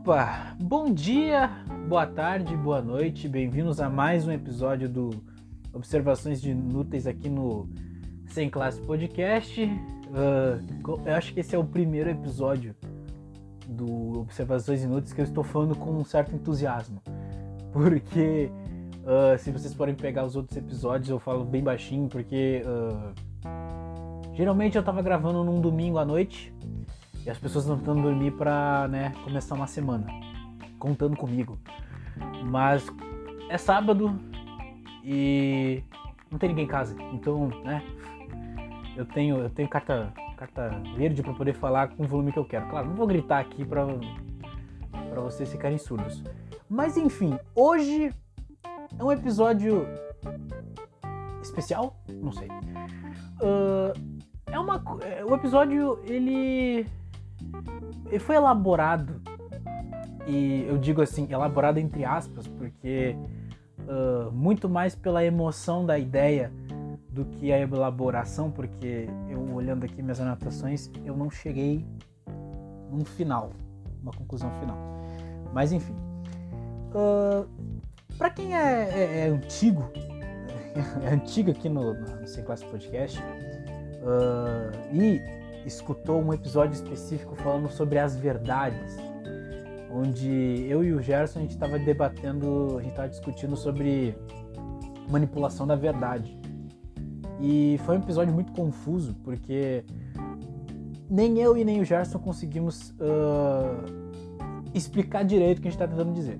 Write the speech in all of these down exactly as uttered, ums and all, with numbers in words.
Opa! Bom dia, boa tarde, boa noite, bem-vindos a mais um episódio do Observações de Inúteis aqui no Sem Classe Podcast. Uh, eu acho que esse é o primeiro episódio do Observações Inúteis que eu estou falando com um certo entusiasmo, porque uh, se vocês forem pegar os outros episódios eu falo bem baixinho, porque uh, geralmente eu tava gravando num domingo à noite e as pessoas não tentando dormir pra, né, começar uma semana, contando comigo. Mas é sábado e não tem ninguém em casa, então, né, eu tenho, eu tenho carta, carta verde pra poder falar com o volume que eu quero. Claro, não vou gritar aqui pra, pra vocês ficarem surdos. Mas enfim, hoje é um episódio especial? Não sei. Uh, é uma, o episódio, ele... ele foi elaborado, e eu digo assim, elaborado entre aspas, porque uh, muito mais pela emoção da ideia do que a elaboração, porque eu, olhando aqui minhas anotações, eu não cheguei num final, uma conclusão final. Mas enfim, uh, para quem é, é, é antigo, é antigo aqui no, no Sem Classe Podcast, uh, e escutou um episódio específico falando sobre as verdades, onde eu e o Gerson a gente estava debatendo, a gente estava discutindo sobre manipulação da verdade. E foi um episódio muito confuso, porque nem eu e nem o Gerson conseguimos uh, explicar direito o que a gente está tentando dizer.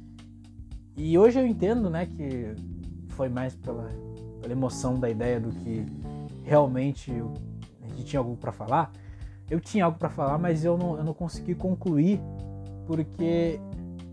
E hoje eu entendo, né, que foi mais pela, pela emoção da ideia do que realmente eu, a gente tinha algo para falar. Eu tinha algo para falar, mas eu não, eu não consegui concluir, porque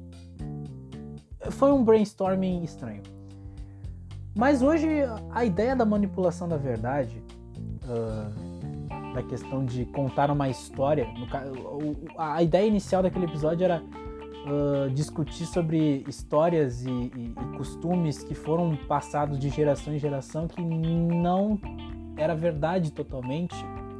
foi um brainstorming estranho. Mas hoje a ideia da manipulação da verdade, uh, da questão de contar uma história, no, a ideia inicial daquele episódio era uh, discutir sobre histórias e, e, e costumes que foram passados de geração em geração, que não era verdade totalmente,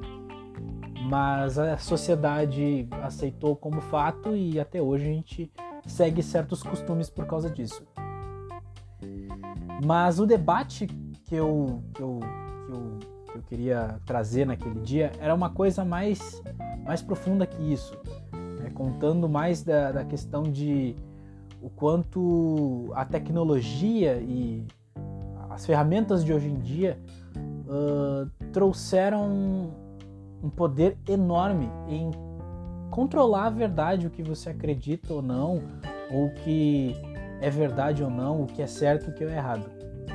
mas a sociedade aceitou como fato e até hoje a gente segue certos costumes por causa disso. Mas o debate que eu, que eu, que eu, que eu queria trazer naquele dia era uma coisa mais, mais profunda que isso, né? Contando mais da, da questão de o quanto a tecnologia e as ferramentas de hoje em dia uh, trouxeram um poder enorme em controlar a verdade, o que você acredita ou não, ou o que é verdade ou não, o que é certo e o que é errado.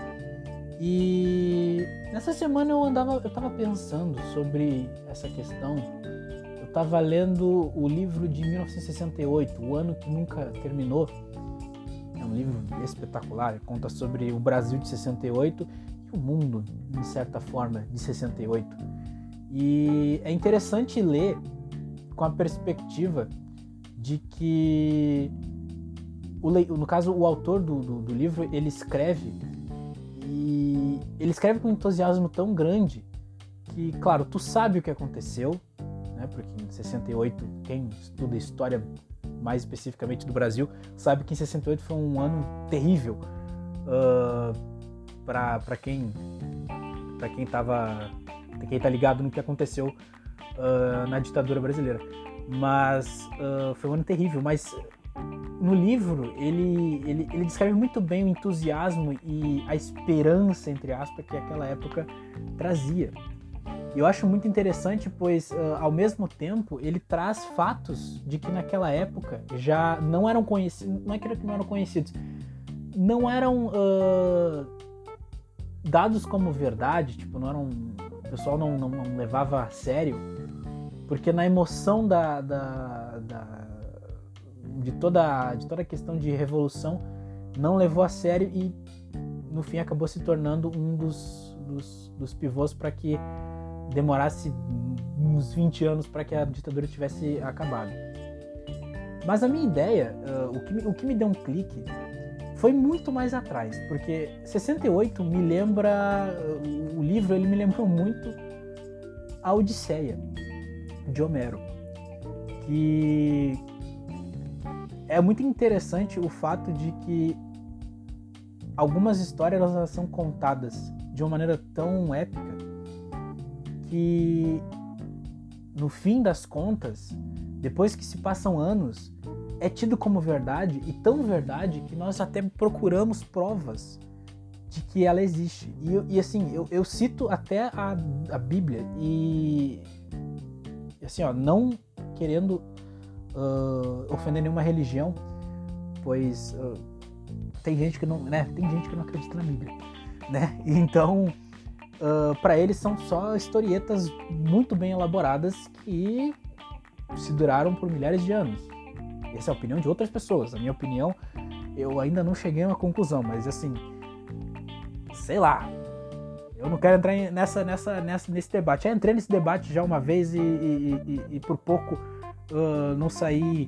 E nessa semana eu andava, eu estava pensando sobre essa questão. Eu estava lendo o livro de mil novecentos e sessenta e oito, O Ano que Nunca Terminou. É um livro espetacular, conta sobre o Brasil de sessenta e oito e o mundo, de certa forma, de sessenta e oito. E é interessante ler com a perspectiva de que, o, no caso, o autor do, do, do livro, ele escreve, e ele escreve com um entusiasmo tão grande que, claro, tu sabe o que aconteceu, né? Porque em sessenta e oito, quem estuda história mais especificamente do Brasil, sabe que em sessenta e oito foi um ano terrível uh, para quem para quem tava quem tá ligado no que aconteceu uh, na ditadura brasileira. Mas uh, foi um ano terrível, mas no livro ele, ele, ele descreve muito bem o entusiasmo e a esperança, entre aspas, que aquela época trazia. E eu acho muito interessante, pois uh, ao mesmo tempo ele traz fatos de que naquela época já não eram conhecidos, não é que não eram conhecidos, não eram uh, dados como verdade, tipo, não eram, o pessoal não, não, não levava a sério, porque na emoção da, da, da, de, toda, de toda a questão de revolução não levou a sério e no fim acabou se tornando um dos, dos, dos pivôs para que demorasse uns vinte anos para que a ditadura tivesse acabado. Mas a minha ideia, uh, o, que me, o que me deu um clique foi muito mais atrás, porque sessenta e oito me lembra, uh, o livro ele me lembrou muito a Odisseia de Homero, que é muito interessante o fato de que algumas histórias elas são contadas de uma maneira tão épica que, no fim das contas, depois que se passam anos, é tido como verdade, e tão verdade que nós até procuramos provas de que ela existe. E, e assim, eu, eu cito até a, a Bíblia, e assim, ó, não querendo uh, ofender nenhuma religião, pois uh, tem gente que não, né, tem gente que não acredita na Bíblia, né? Então, uh, para eles são só historietas muito bem elaboradas que se duraram por milhares de anos. Essa é a opinião de outras pessoas. A minha opinião, eu ainda não cheguei a uma conclusão, mas assim, sei lá, eu não quero entrar nessa, nessa, nessa, nesse debate. Já entrei nesse debate já uma vez e, e, e, e por pouco uh, não saí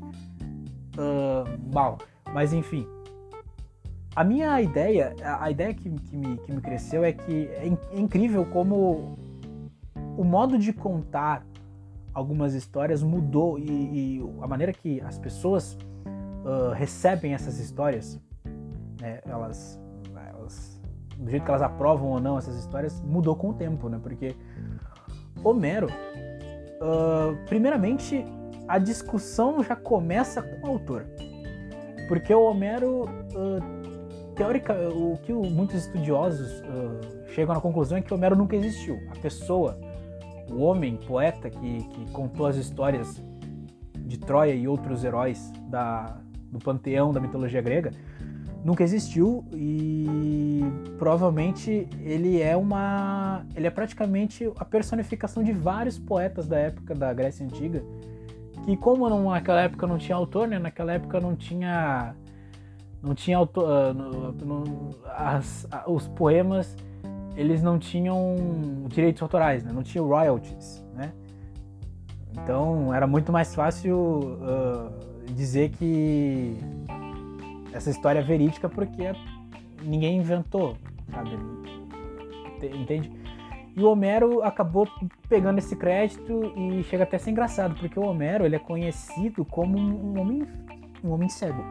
uh, mal. Mas enfim, a minha ideia, a ideia que, que, me, que me cresceu é que é, in, é incrível como o modo de contar algumas histórias mudou, e, e a maneira que as pessoas uh, recebem essas histórias, né, elas, elas, do jeito que elas aprovam ou não essas histórias, mudou com o tempo, né? Porque Homero, uh, primeiramente, a discussão já começa com o autor, porque o Homero, uh, teórica, o que muitos estudiosos uh, chegam à conclusão é que Homero nunca existiu. A pessoa, o homem, poeta que, que contou as histórias de Troia e outros heróis da, do panteão da mitologia grega, nunca existiu, e provavelmente ele é uma ele é praticamente a personificação de vários poetas da época da Grécia Antiga, que como não, naquela época não tinha autor, né, naquela época não tinha não tinha autor, uh, no, no, as, uh, os poemas eles não tinham direitos autorais, né? Não tinham royalties, né? Então era muito mais fácil uh, dizer que essa história é verídica porque ninguém inventou, sabe? Entende? E o Homero acabou pegando esse crédito, e chega até a ser engraçado, porque o Homero ele é conhecido como um homem, um homem cego.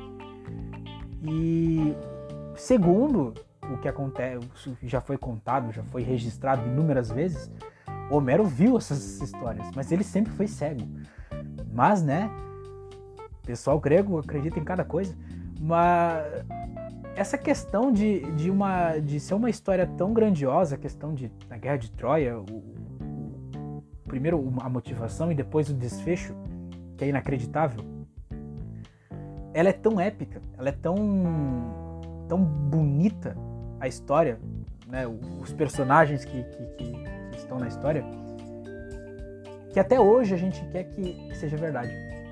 E segundo o que acontece, já foi contado, já foi registrado inúmeras vezes, Homero viu essas histórias, mas ele sempre foi cego. Mas, né, o pessoal grego acredita em cada coisa, mas essa questão de, de, uma, de ser uma história tão grandiosa, a questão de, da Guerra de Troia, o, o, primeiro a motivação e depois o desfecho, que é inacreditável, ela é tão épica, ela é tão, tão bonita, a história, né, os personagens que, que, que, que estão na história, que até hoje a gente quer que seja verdade.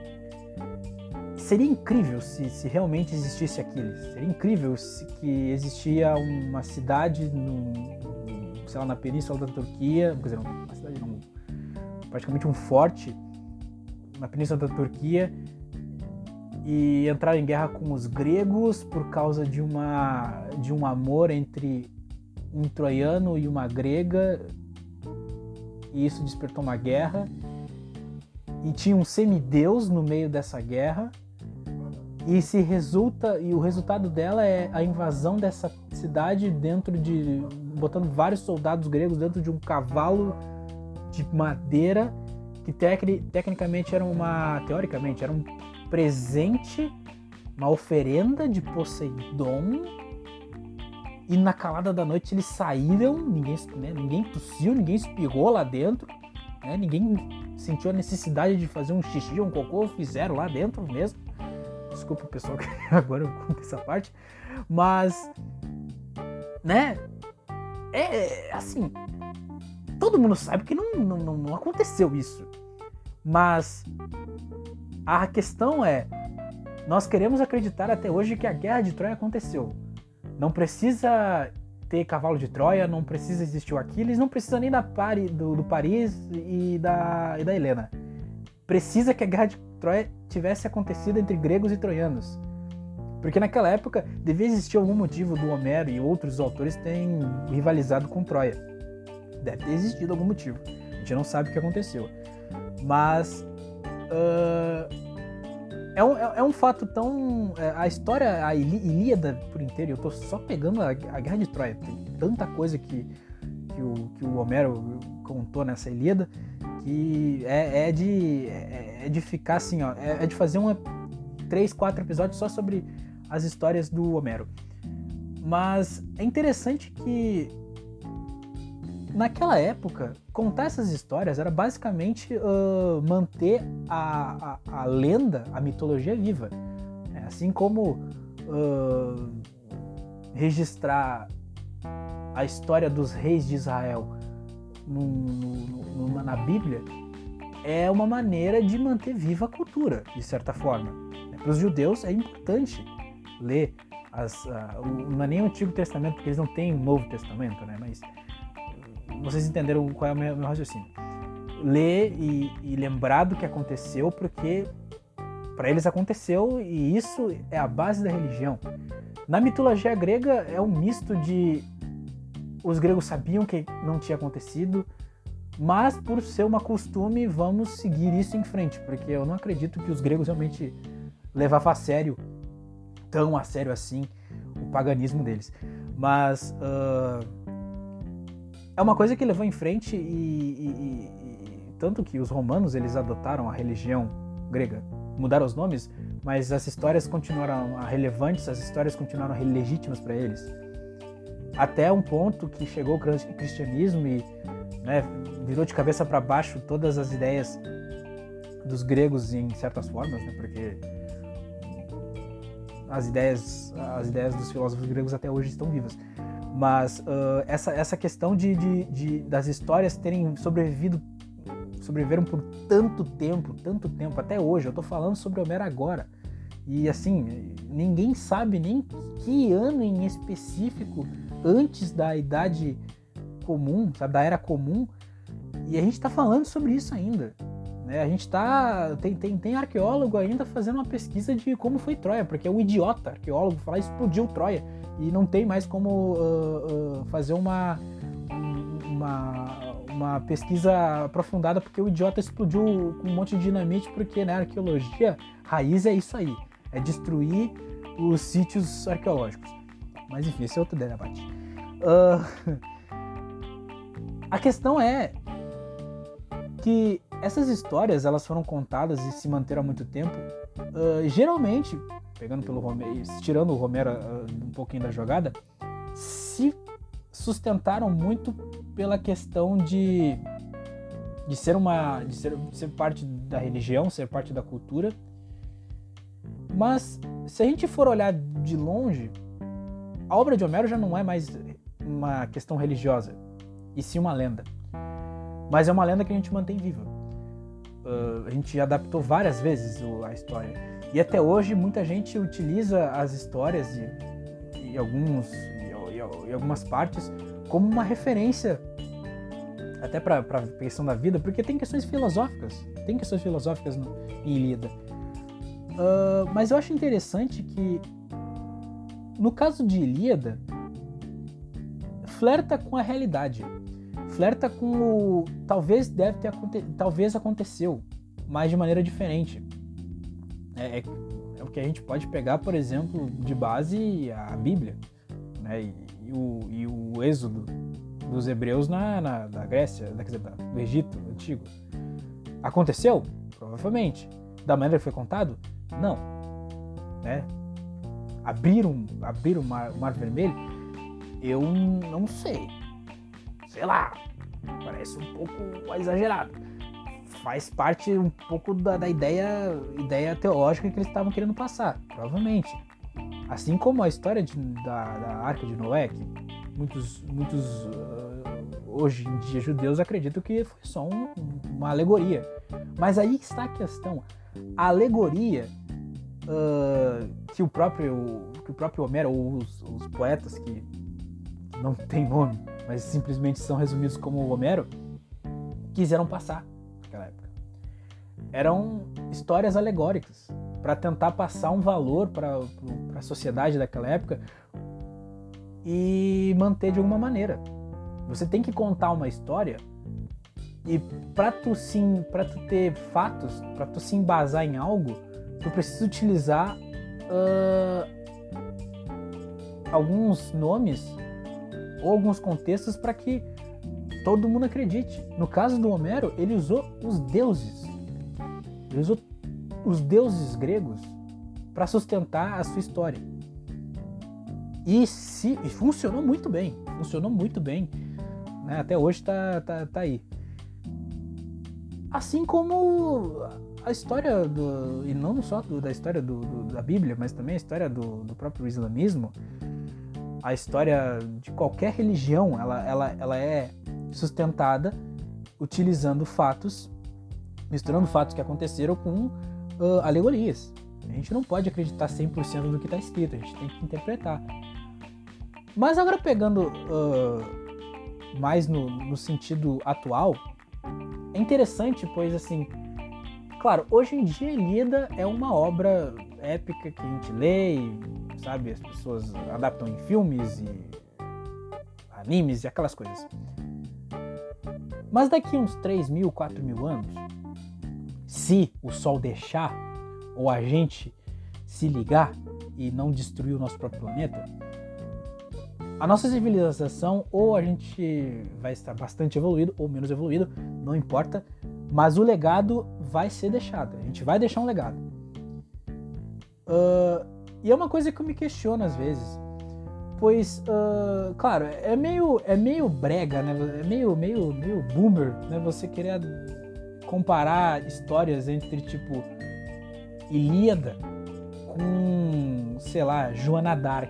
Seria incrível se, se realmente existisse Aquiles. Seria incrível se que existia uma cidade no, sei lá, na península da Turquia, quer dizer, uma cidade não, praticamente um forte na península da Turquia, e entrar em guerra com os gregos por causa de, uma, de um amor entre um troiano e uma grega, e isso despertou uma guerra, e tinha um semideus no meio dessa guerra, e se resulta e o resultado dela é a invasão dessa cidade dentro de botando vários soldados gregos dentro de um cavalo de madeira que tec, tecnicamente era uma teoricamente era um presente, uma oferenda de Poseidon, e na calada da noite eles saíram, ninguém, né, ninguém tossiu, ninguém espirrou lá dentro, né, ninguém sentiu a necessidade de fazer um xixi ou um cocô, fizeram lá dentro mesmo. Desculpa o pessoal que agora eu conto essa parte, mas, né, é assim, todo mundo sabe que não, não, não aconteceu isso, mas a questão é, nós queremos acreditar até hoje que a Guerra de Troia aconteceu. Não precisa ter cavalo de Troia, não precisa existir o Aquiles, não precisa nem da Pari, do, do Paris e da, e da Helena. Precisa que a Guerra de Troia tivesse acontecido entre gregos e troianos. Porque naquela época devia existir algum motivo do Homero e outros autores terem rivalizado com Troia. Deve ter existido algum motivo. A gente não sabe o que aconteceu. Mas... Uh, É um, é, é um fato tão... É, a história, a Ilíada por inteiro, eu tô só pegando a, a Guerra de Troia. Tem tanta coisa que, que, o, que o Homero contou nessa Ilíada que é, é, de, é, é de ficar assim, ó. É, é de fazer uma, três, quatro episódios só sobre as histórias do Homero. Mas é interessante que naquela época, contar essas histórias era basicamente uh, manter a, a, a lenda, a mitologia viva. É, assim como uh, registrar a história dos reis de Israel no, no, no, na Bíblia é uma maneira de manter viva a cultura, de certa forma. Para os judeus é importante ler, as, uh, não é nem o Antigo Testamento, porque eles não têm o Novo Testamento, né? Mas vocês entenderam qual é o meu, meu raciocínio. Ler e, e lembrar do que aconteceu, porque para eles aconteceu e isso é a base da religião. Na mitologia grega é um misto de... Os gregos sabiam que não tinha acontecido, mas por ser uma costume, vamos seguir isso em frente, porque eu não acredito que os gregos realmente levavam a sério, tão a sério assim, o paganismo deles. Mas... Uh... É uma coisa que levou em frente e, e, e tanto que os romanos eles adotaram a religião grega, mudaram os nomes, mas as histórias continuaram relevantes, as histórias continuaram legítimas para eles. Até um ponto que chegou o cristianismo e, né, virou de cabeça para baixo todas as ideias dos gregos em certas formas, né, porque as ideias, as ideias dos filósofos gregos até hoje estão vivas. Mas uh, essa, essa questão de, de, de, das histórias terem sobrevivido, sobreviveram por tanto tempo, tanto tempo, até hoje. Eu tô falando sobre Homero agora. E assim, ninguém sabe nem que ano em específico, antes da Idade Comum, sabe, da Era Comum, e a gente tá falando sobre isso ainda. Né? A gente tá... Tem, tem, tem arqueólogo ainda fazendo uma pesquisa de como foi Troia, porque é um idiota arqueólogo falar explodiu Troia. E não tem mais como uh, uh, fazer uma, uma, uma pesquisa aprofundada, porque o idiota explodiu com um monte de dinamite, porque na, né, arqueologia, raiz é isso aí, é destruir os sítios arqueológicos. Mas enfim, esse é outro debate. Uh, a questão é que essas histórias, elas foram contadas e se manteram há muito tempo, uh, geralmente... pegando pelo Romero, tirando o Romero uh, um pouquinho da jogada, se sustentaram muito pela questão de, de, ser, uma, de, ser, de ser parte da religião, ser parte da cultura. Mas se a gente for olhar de longe, a obra de Homero já não é mais uma questão religiosa, e sim uma lenda. Mas é uma lenda que a gente mantém viva. Uh, a gente adaptou várias vezes a história. E até hoje muita gente utiliza as histórias e, e, alguns, e, e algumas partes como uma referência até para a questão da vida, porque tem questões filosóficas, tem questões filosóficas no, em Ilíada. Uh, mas eu acho interessante que no caso de Ilíada, flerta com a realidade, flerta com o talvez deve ter aconte, talvez aconteceu, mas de maneira diferente. É, é, é o que a gente pode pegar, por exemplo, de base a Bíblia, né? e, e, o, e o êxodo dos hebreus na, na, da Grécia, quer dizer, do Egito antigo. Aconteceu? Provavelmente. Da maneira que foi contado? Não. Né? Abriram, abriram o mar, o mar Vermelho? Eu não sei. Sei lá. Parece um pouco exagerado. Faz parte um pouco da, da ideia, ideia teológica que eles estavam querendo passar, provavelmente. Assim como a história de, da, da Arca de Noé, que muitos, muitos uh, hoje em dia judeus acreditam que foi só um, uma alegoria. Mas aí está a questão. A alegoria uh, que, o próprio, que o próprio Homero, ou os, os poetas que não têm nome, mas simplesmente são resumidos como Homero, quiseram passar. Época. Eram histórias alegóricas para tentar passar um valor para a sociedade daquela época e manter de alguma maneira. Você tem que contar uma história e para tu sim, para tu ter fatos, para tu se embasar em algo, eu preciso utilizar uh, alguns nomes ou alguns contextos para que todo mundo acredite. No caso do Homero, ele usou os deuses. Ele usou os deuses gregos para sustentar a sua história. E, se, e funcionou muito bem. Funcionou muito bem. Né? Até hoje tá, tá, tá aí. Assim como a história, do, e não só do, da história do, do, da Bíblia, mas também a história do, do próprio islamismo, a história de qualquer religião, ela, ela, ela é sustentada utilizando fatos, misturando fatos que aconteceram com uh, alegorias. A gente não pode acreditar cem por cento do que está escrito, a gente tem que interpretar. Mas agora pegando uh, mais no, no sentido atual, é interessante, pois assim, claro, hoje em dia Ilíada é uma obra épica que a gente lê e, sabe, as pessoas adaptam em filmes e animes e aquelas coisas. Mas daqui a uns três mil, quatro mil anos, se o Sol deixar, ou a gente se ligar e não destruir o nosso próprio planeta, a nossa civilização, ou a gente vai estar bastante evoluído ou menos evoluído, não importa, mas o legado vai ser deixado. A gente vai deixar um legado. Uh, e é uma coisa que eu me questiono às vezes. Pois, uh, claro, é meio, é meio brega, né? É meio, meio, meio boomer, né? Você querer comparar histórias entre, tipo, Ilíada com, sei lá, Joana d'Arc.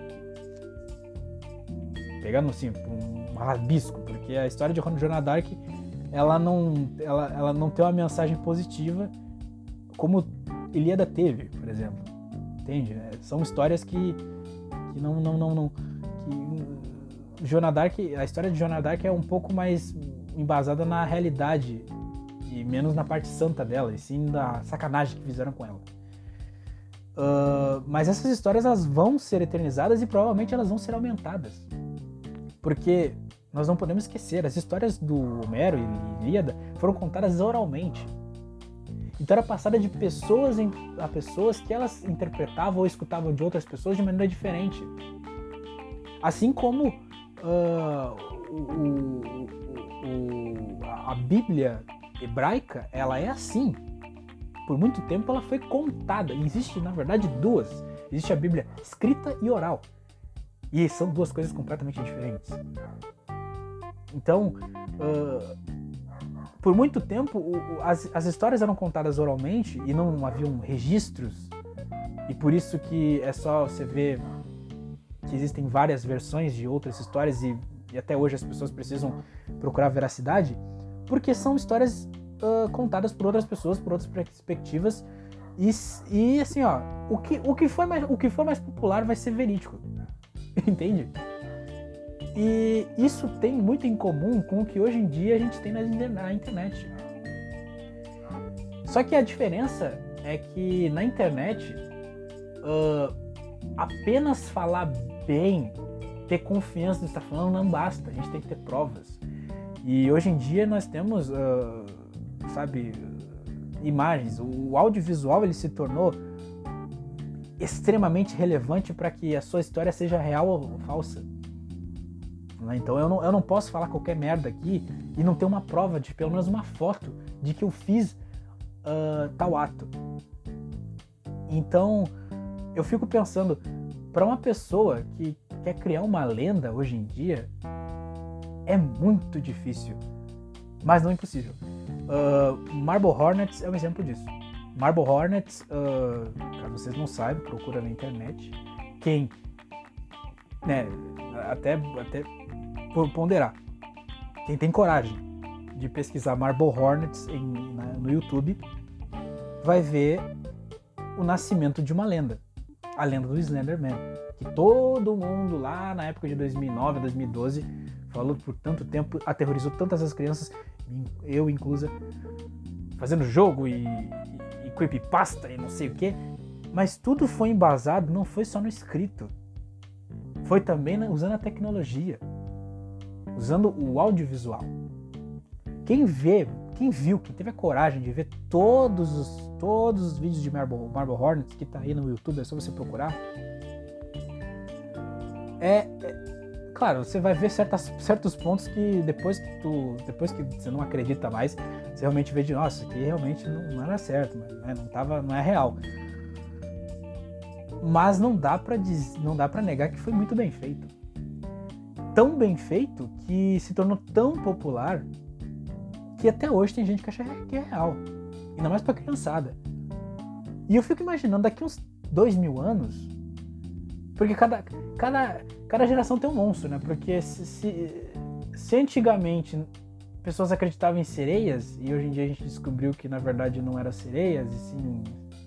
Pegando, assim, um rabisco, porque a história de Joana d'Arc, ela não, ela, ela não tem uma mensagem positiva como Ilíada teve, por exemplo. Entende? São histórias que, que não, não, não, não que Joana d'Arc, a história de Joana d'Arc é um pouco mais embasada na realidade e menos na parte santa dela, e sim da sacanagem que fizeram com ela. Uh, mas essas histórias, elas vão ser eternizadas e provavelmente elas vão ser aumentadas. Porque nós não podemos esquecer, as histórias do Homero e Ilíada foram contadas oralmente. Então era passada de pessoas em, a pessoas que elas interpretavam ou escutavam de outras pessoas de maneira diferente. Assim como uh, o, o, o, a Bíblia hebraica, ela é assim. Por muito tempo ela foi contada. E existe, na verdade, duas. Existe a Bíblia escrita e oral. E são duas coisas completamente diferentes. Então, uh, por muito tempo, o, as, as histórias eram contadas oralmente e não haviam registros. E por isso que é só você ver que existem várias versões de outras histórias e, e até hoje as pessoas precisam procurar veracidade, porque são histórias uh, contadas por outras pessoas, por outras perspectivas. E, e assim, ó, o que, o, que for mais, o que for mais popular vai ser verídico. Entende? E isso tem muito em comum com o que hoje em dia a gente tem na internet. Só que a diferença é que na internet uh, apenas falar bem, ter confiança no que está falando não basta. A gente tem que ter provas. E hoje em dia nós temos, uh, sabe, imagens. O audiovisual, ele se tornou extremamente relevante para que a sua história seja real ou falsa. Então eu não, eu não posso falar qualquer merda aqui e não ter uma prova de pelo menos uma foto de que eu fiz uh, tal ato. Então eu fico pensando, para uma pessoa que quer criar uma lenda hoje em dia, é muito difícil, mas não impossível. Uh, Marble Hornets é um exemplo disso. Marble Hornets, uh, caso vocês não saibam, procura na internet. Quem, né, até, até ponderar, quem tem coragem de pesquisar Marble Hornets em, na, no YouTube, vai ver o nascimento de uma lenda. A lenda do Slenderman, que todo mundo lá na época de dois mil e nove, dois mil e doze falou por tanto tempo, aterrorizou tantas as crianças, eu inclusa, fazendo jogo e, e, e creepypasta e não sei o que, mas tudo foi embasado, não foi só no escrito, foi também usando a tecnologia, usando o audiovisual. Quem vê quem viu, quem teve a coragem de ver todos os, todos os vídeos de Marble, Marble Hornets, que tá aí no YouTube, é só você procurar, é, é claro, você vai ver certas, certos pontos que depois que tu, depois que você não acredita mais, você realmente vê de, nossa, isso aqui realmente não, não era certo, né? não, tava, não é real. Mas não dá pra diz, não dá pra negar que foi muito bem feito. Tão bem feito que se tornou tão popular que até hoje tem gente que acha que é real. Ainda mais pra criançada. E eu fico imaginando daqui uns dois mil anos, porque cada, cada, cada geração tem um monstro, né? Porque se, se, se antigamente pessoas acreditavam em sereias, e hoje em dia a gente descobriu que na verdade não eram sereias, e sim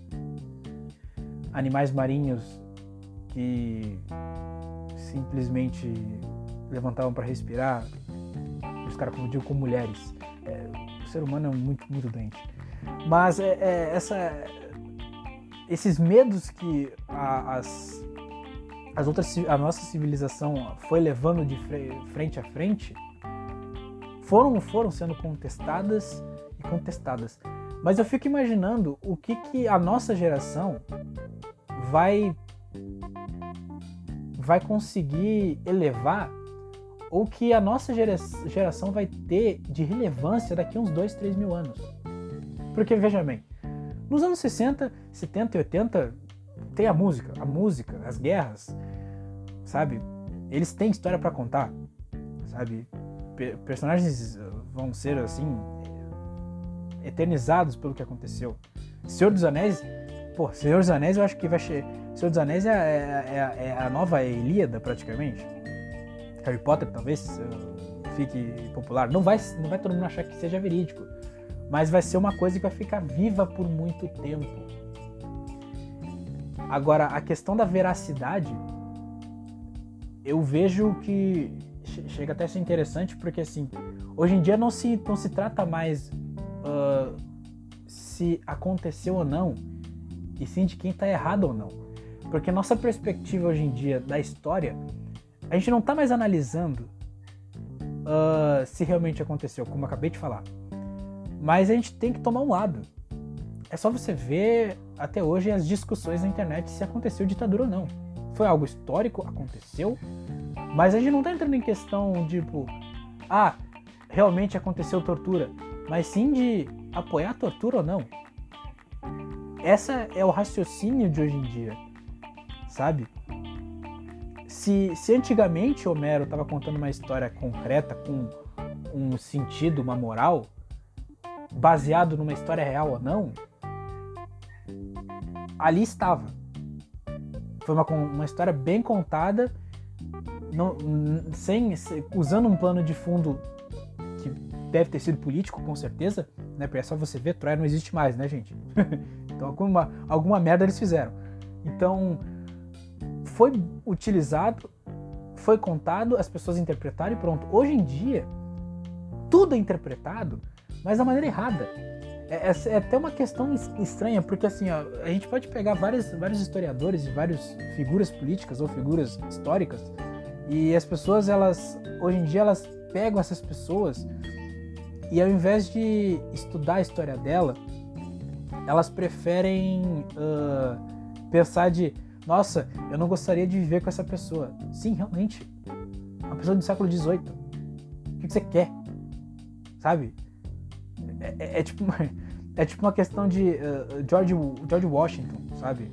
animais marinhos que simplesmente levantavam para respirar, os caras confundiam com mulheres. É, o ser humano é muito, muito doente. Mas é, é, essa, esses medos que a, as, as outras, a nossa civilização foi levando de frente a frente foram, foram sendo contestadas e contestadas. Mas eu fico imaginando o que, que a nossa geração vai, vai conseguir elevar, ou que a nossa geração vai ter de relevância daqui a uns dois, três mil anos. Porque, veja bem, nos anos sessenta, setenta e oitenta tem a música, a música, as guerras, sabe? Eles têm história pra contar, sabe? Personagens vão ser, assim, eternizados pelo que aconteceu. Senhor dos Anéis, pô, Senhor dos Anéis eu acho que vai ser... Senhor dos Anéis é, é, é, é a nova Ilíada, praticamente. Harry Potter talvez uh, fique popular. Não vai, não vai todo mundo achar que seja verídico, mas vai ser uma coisa que vai ficar viva por muito tempo. Agora, a questão da veracidade, eu vejo que chega até a ser interessante, porque assim, hoje em dia não se, não se trata mais uh, se aconteceu ou não, e sim de quem está errado ou não. Porque nossa perspectiva hoje em dia da história, a gente não está mais analisando uh, se realmente aconteceu, como eu acabei de falar. Mas a gente tem que tomar um lado. É só você ver até hoje as discussões na internet se aconteceu ditadura ou não. Foi algo histórico, aconteceu, mas a gente não está entrando em questão tipo, ah, realmente aconteceu tortura, mas sim de apoiar a tortura ou não. Essa é o raciocínio de hoje em dia, sabe? Se, se antigamente Homero estava contando uma história concreta, com um sentido, uma moral, baseado numa história real ou não, ali estava. Foi uma, uma história bem contada, não, sem, usando um plano de fundo que deve ter sido político, com certeza, né? Porque é só você ver, Troia não existe mais, né, gente? Então alguma, alguma merda eles fizeram. Então, foi utilizado, foi contado, as pessoas interpretaram e pronto. Hoje em dia, tudo é interpretado, mas da maneira errada. É, é, é até uma questão estranha, porque assim, ó, a gente pode pegar vários, vários historiadores e várias figuras políticas ou figuras históricas, e as pessoas, elas, hoje em dia, elas pegam essas pessoas e ao invés de estudar a história dela, elas preferem uh, pensar de, nossa, eu não gostaria de viver com essa pessoa. Sim, realmente. Uma pessoa do século dezoito. O que você quer? Sabe? É, é, é, tipo, uma, é tipo uma questão de uh, George, George Washington, sabe?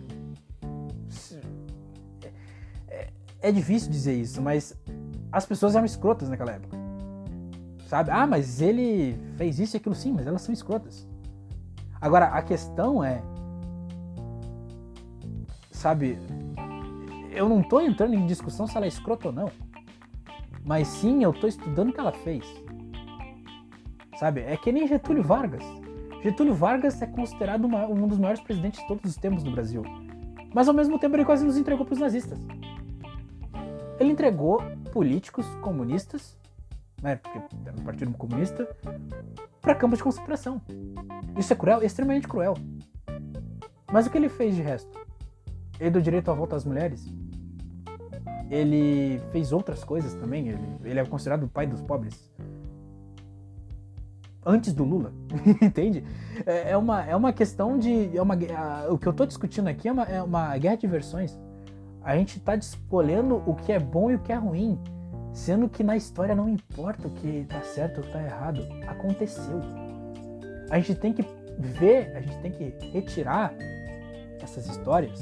É, é difícil dizer isso, mas as pessoas eram escrotas naquela época. Sabe? Ah, mas ele fez isso e aquilo. Sim, mas elas são escrotas. Agora, a questão é, sabe, eu não tô entrando em discussão se ela é escrota ou não, mas sim eu tô estudando o que ela fez, sabe? É que nem Getúlio Vargas. Getúlio Vargas é considerado uma, um dos maiores presidentes de todos os tempos do Brasil, mas ao mesmo tempo ele quase nos entregou pros nazistas. Ele entregou políticos comunistas, né, porque era um partido comunista, para campos de concentração. Isso é cruel, é extremamente cruel. Mas o que ele fez de resto? Ele deu direito à volta às mulheres. Ele fez outras coisas também. Ele, ele é considerado o pai dos pobres. antes do Lula, entende? É, é, uma, é uma questão de... É uma, a, o que eu tô discutindo aqui é uma, é uma guerra de versões. A gente tá escolhendo o que é bom e o que é ruim, sendo que na história não importa o que tá certo ou o que tá errado. Aconteceu. A gente tem que ver, a gente tem que retirar essas histórias,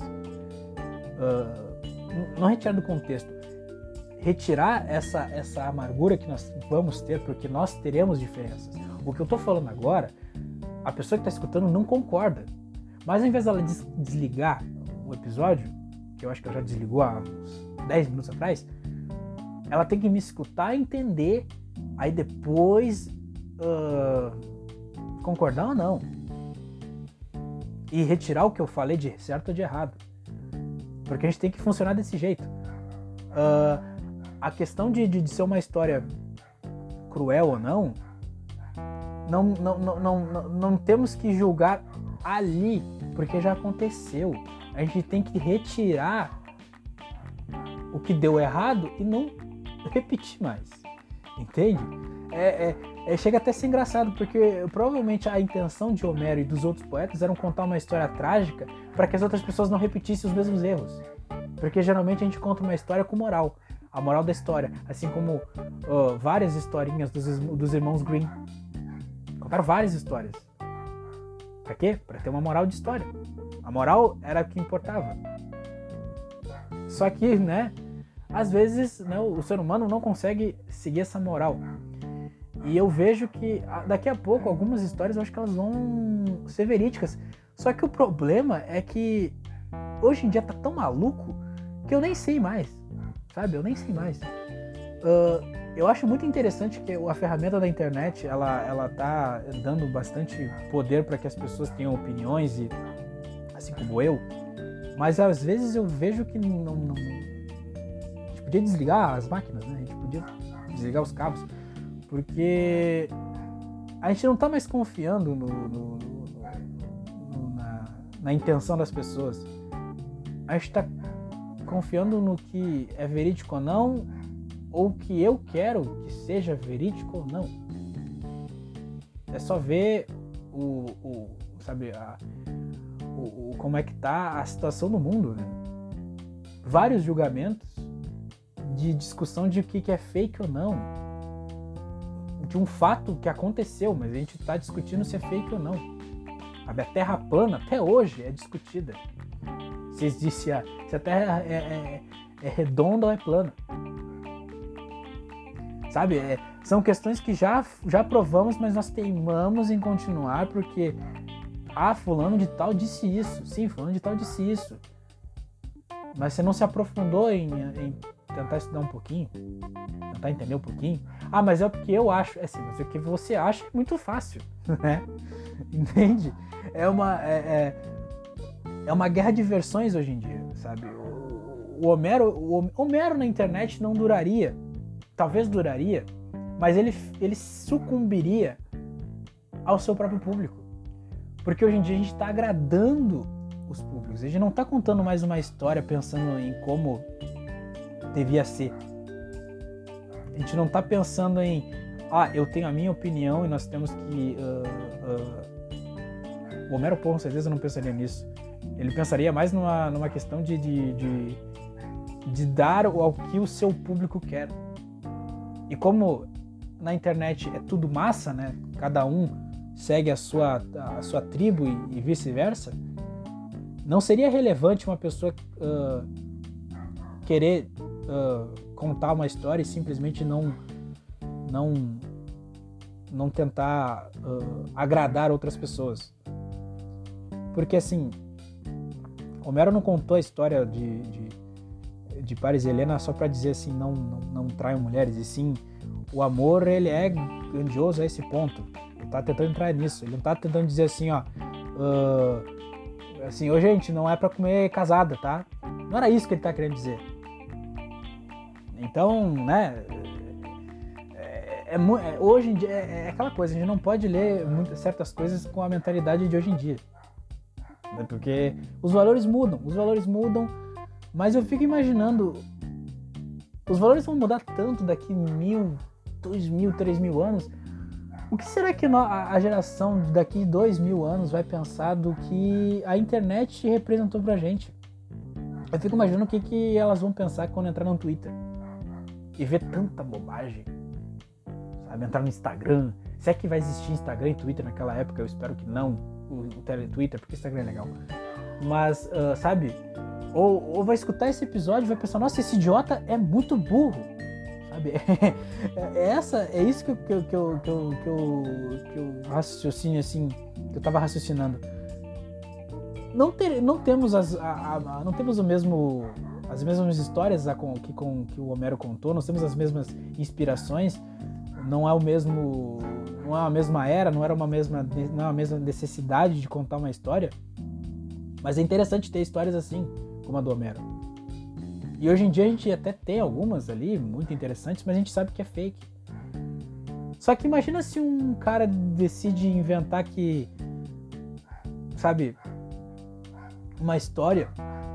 uh, não retirar do contexto, retirar essa, essa amargura que nós vamos ter, porque nós teremos diferenças. O que eu tô falando agora, a pessoa que tá escutando não concorda, mas ao invés dela des- desligar o episódio, que eu acho que ela já desligou há uns dez minutos atrás, ela tem que me escutar e entender, aí depois uh, concordar ou não, e retirar o que eu falei de certo ou de errado, porque a gente tem que funcionar desse jeito. Uh, a questão de, de, de ser uma história cruel ou não, não, não, não, não, não, não temos que julgar ali, porque já aconteceu. A gente tem que retirar o que deu errado e não repetir mais, entende? É, é, é, chega até a ser engraçado, porque provavelmente a intenção de Homero e dos outros poetas era contar uma história trágica para que as outras pessoas não repetissem os mesmos erros, porque geralmente a gente conta uma história com moral, a moral da história, assim como uh, várias historinhas dos, dos irmãos Grimm. Contaram várias histórias. Pra quê? Pra ter uma moral de história. A moral era o que importava. Só que, né, às vezes, né, o ser humano não consegue seguir essa moral. E eu vejo que daqui a pouco algumas histórias eu acho que elas vão ser verídicas. Só que o problema é que hoje em dia tá tão maluco que eu nem sei mais. Sabe? Eu nem sei mais. Uh, eu acho muito interessante que a ferramenta da internet, ela, ela tá dando bastante poder para que as pessoas tenham opiniões, e, assim como eu. Mas às vezes eu vejo que não, não... a gente podia desligar as máquinas, né? A gente podia desligar os cabos. Porque a gente não tá mais confiando no, no, no, no, na, na intenção das pessoas. A gente tá confiando no que é verídico ou não, ou que eu quero que seja verídico ou não. É só ver o, o sabe, a, o, o, como é que tá a situação do mundo, né? Vários julgamentos de discussão de o que é fake ou não, de um fato que aconteceu, mas a gente está discutindo se é fake ou não. A Terra plana até hoje é discutida. Se, se, a, se a Terra é, é, é redonda ou é plana. Sabe? É, são questões que já, já provamos, mas nós teimamos em continuar porque ah, fulano de tal disse isso. Sim, fulano de tal disse isso. Mas você não se aprofundou em, em tentar estudar um pouquinho? Tentar entender um pouquinho? Ah, mas é porque eu acho. É assim, mas o que você acha é muito fácil, né? Entende? É uma... É, é, é uma guerra de versões hoje em dia, sabe? O, o, Homero, o Homero na internet não duraria. Talvez duraria, mas ele, ele sucumbiria ao seu próprio público. Porque hoje em dia a gente está agradando os públicos. A gente não está contando mais uma história pensando em como devia ser. A gente não está pensando em ah, eu tenho a minha opinião e nós temos que... Uh, uh... O Homero, com certeza, não pensaria nisso. Ele pensaria mais numa, numa questão de, de, de, de dar ao que o seu público quer. E como na internet é tudo massa, né? Cada um segue a sua, a sua tribo e, e vice-versa, não seria relevante uma pessoa uh, querer uh, contar uma história e simplesmente não, não, não tentar uh, agradar outras pessoas. Porque assim, Homero não contou a história de, de, de Paris e Helena só para dizer assim, não, não, não traiam mulheres, e sim, o amor ele é grandioso a esse ponto. Ele tá tentando entrar nisso, ele não tá tentando dizer assim, ó, uh, assim, ô gente, não é para comer casada, tá? Não era isso que ele tá querendo dizer. Então, né, é, é, é, hoje em dia é, é aquela coisa, a gente não pode ler muitas, certas coisas com a mentalidade de hoje em dia. Porque os valores mudam, os valores mudam, mas eu fico imaginando, os valores vão mudar tanto daqui mil, dois mil, três mil anos, O que será que a geração daqui dois mil anos vai pensar do que a internet representou pra gente? Eu fico imaginando o que, que elas vão pensar quando entrar no Twitter e ver tanta bobagem, sabe? Entrar no Instagram. Se é que vai existir Instagram e Twitter naquela época, eu espero que não, o Twitter, porque o Instagram é legal. Mas, uh, sabe? Ou, ou vai escutar esse episódio e vai pensar, nossa, esse idiota é muito burro, sabe? É, essa, é isso que eu, que eu, que eu, que eu, que eu, que eu raciocínio, assim, que eu tava raciocinando. Não, ter, não temos as, a, a, não temos o mesmo, as mesmas histórias a, com, que, com, que o Homero contou, nós temos as mesmas inspirações, não é o mesmo, não é a mesma era, não era uma mesma, não é a mesma necessidade de contar uma história, mas é interessante ter histórias assim, como a do Homero. E hoje em dia a gente até tem algumas ali, muito interessantes, mas a gente sabe que é fake. Só que imagina se um cara decide inventar que, sabe, uma história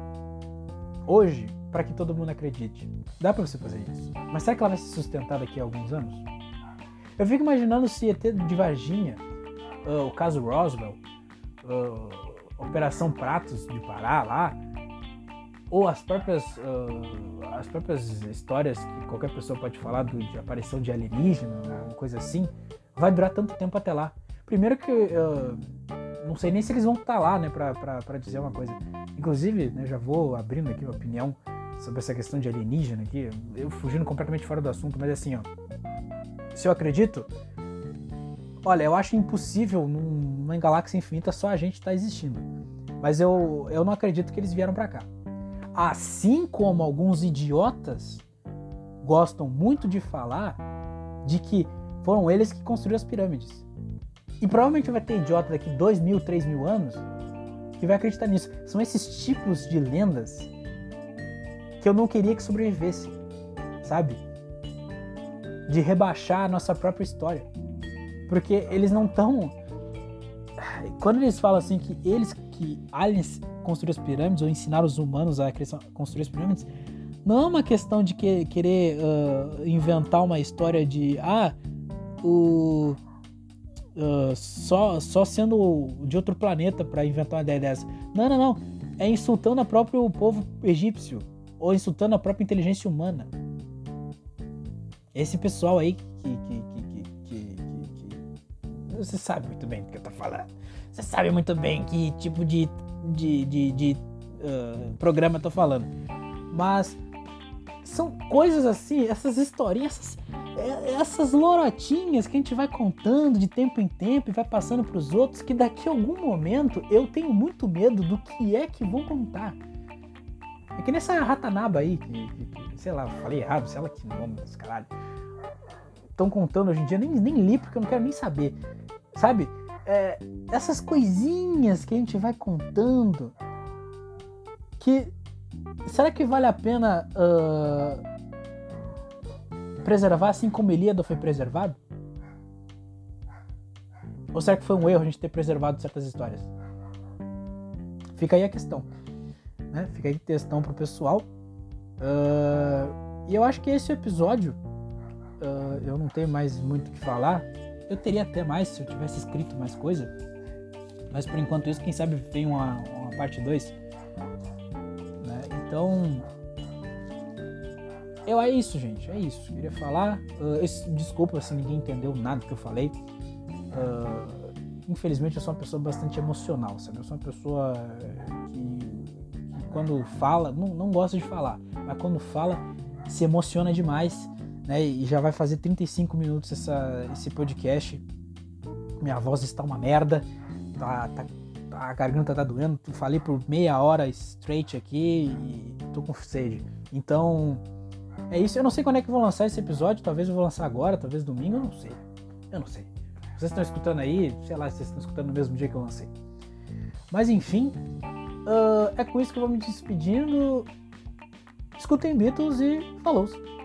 hoje para que todo mundo acredite. Dá para você fazer isso. Mas será que ela vai se sustentar daqui a alguns anos? Eu fico imaginando se E T de Varginha, uh, o caso Roswell, uh, Operação Pratos de Pará lá, ou as próprias, uh, as próprias histórias que qualquer pessoa pode falar do, de aparição de alienígena, uma coisa assim, vai durar tanto tempo até lá. Primeiro que uh, não sei nem se eles vão estar lá, né, pra, pra, pra dizer uma coisa. Inclusive, né, já vou abrindo aqui uma opinião sobre essa questão de alienígena aqui, eu fugindo completamente fora do assunto, mas assim, ó, se eu acredito, olha, eu acho impossível numa galáxia infinita só a gente tá existindo, mas eu, eu não acredito que eles vieram pra cá. Assim como alguns idiotas gostam muito de falar de que foram eles que construíram as pirâmides. E provavelmente vai ter idiota daqui dois mil, três mil anos que vai acreditar nisso. São esses tipos de lendas que eu não queria que sobrevivessem, sabe? De rebaixar a nossa própria história. Porque eles não estão... Quando eles falam assim que eles, que aliens construíram as pirâmides ou ensinaram os humanos a construir as pirâmides, não é uma questão de que, querer uh, inventar uma história de ah, o... Uh, só, só sendo de outro planeta para inventar uma ideia dessa. Não, não, não. É insultando o próprio povo egípcio ou insultando a própria inteligência humana. Esse pessoal aí que, que, que, que, que, que, que... Você sabe muito bem do que eu tô falando. Você sabe muito bem que tipo de, de, de, de uh, programa eu tô falando. Mas são coisas assim, essas historinhas, essas, essas lorotinhas que a gente vai contando de tempo em tempo e vai passando para os outros, que daqui a algum momento eu tenho muito medo do que é que vão contar. É que nessa ratanaba aí, que, que, que sei lá, falei errado, sei lá que nome desse caralho, estão contando hoje em dia, nem, nem li porque eu não quero nem saber, sabe? É, essas coisinhas que a gente vai contando, que será que vale a pena uh, preservar assim como Ilíada foi preservado? Ou será que foi um erro a gente ter preservado certas histórias? Fica aí a questão, né? Fica aí a questão pro pessoal. Uh, e eu acho que esse episódio, uh, eu não tenho mais muito o que falar. Eu teria até mais se eu tivesse escrito mais coisa. Mas por enquanto isso, quem sabe vem uma, uma parte dois. Então, eu, é isso, gente, é isso. Queria falar, uh, esse, desculpa se ninguém entendeu nada que eu falei. Uh, infelizmente eu sou uma pessoa bastante emocional, sabe? Eu sou uma pessoa que, que quando fala, não, não gosta de falar, mas quando fala se emociona demais, né? E já vai fazer trinta e cinco minutos essa, esse podcast. Minha voz está uma merda, tá... tá a garganta tá doendo, falei por meia hora straight aqui e tô com sede. Então, é isso. Eu não sei quando é que eu vou lançar esse episódio, talvez eu vou lançar agora, talvez domingo, eu não sei. Eu não sei. Vocês estão escutando aí, sei lá, se vocês estão escutando no mesmo dia que eu lancei. Mas enfim, uh, é com isso que eu vou me despedindo. Escutem Beatles e falou!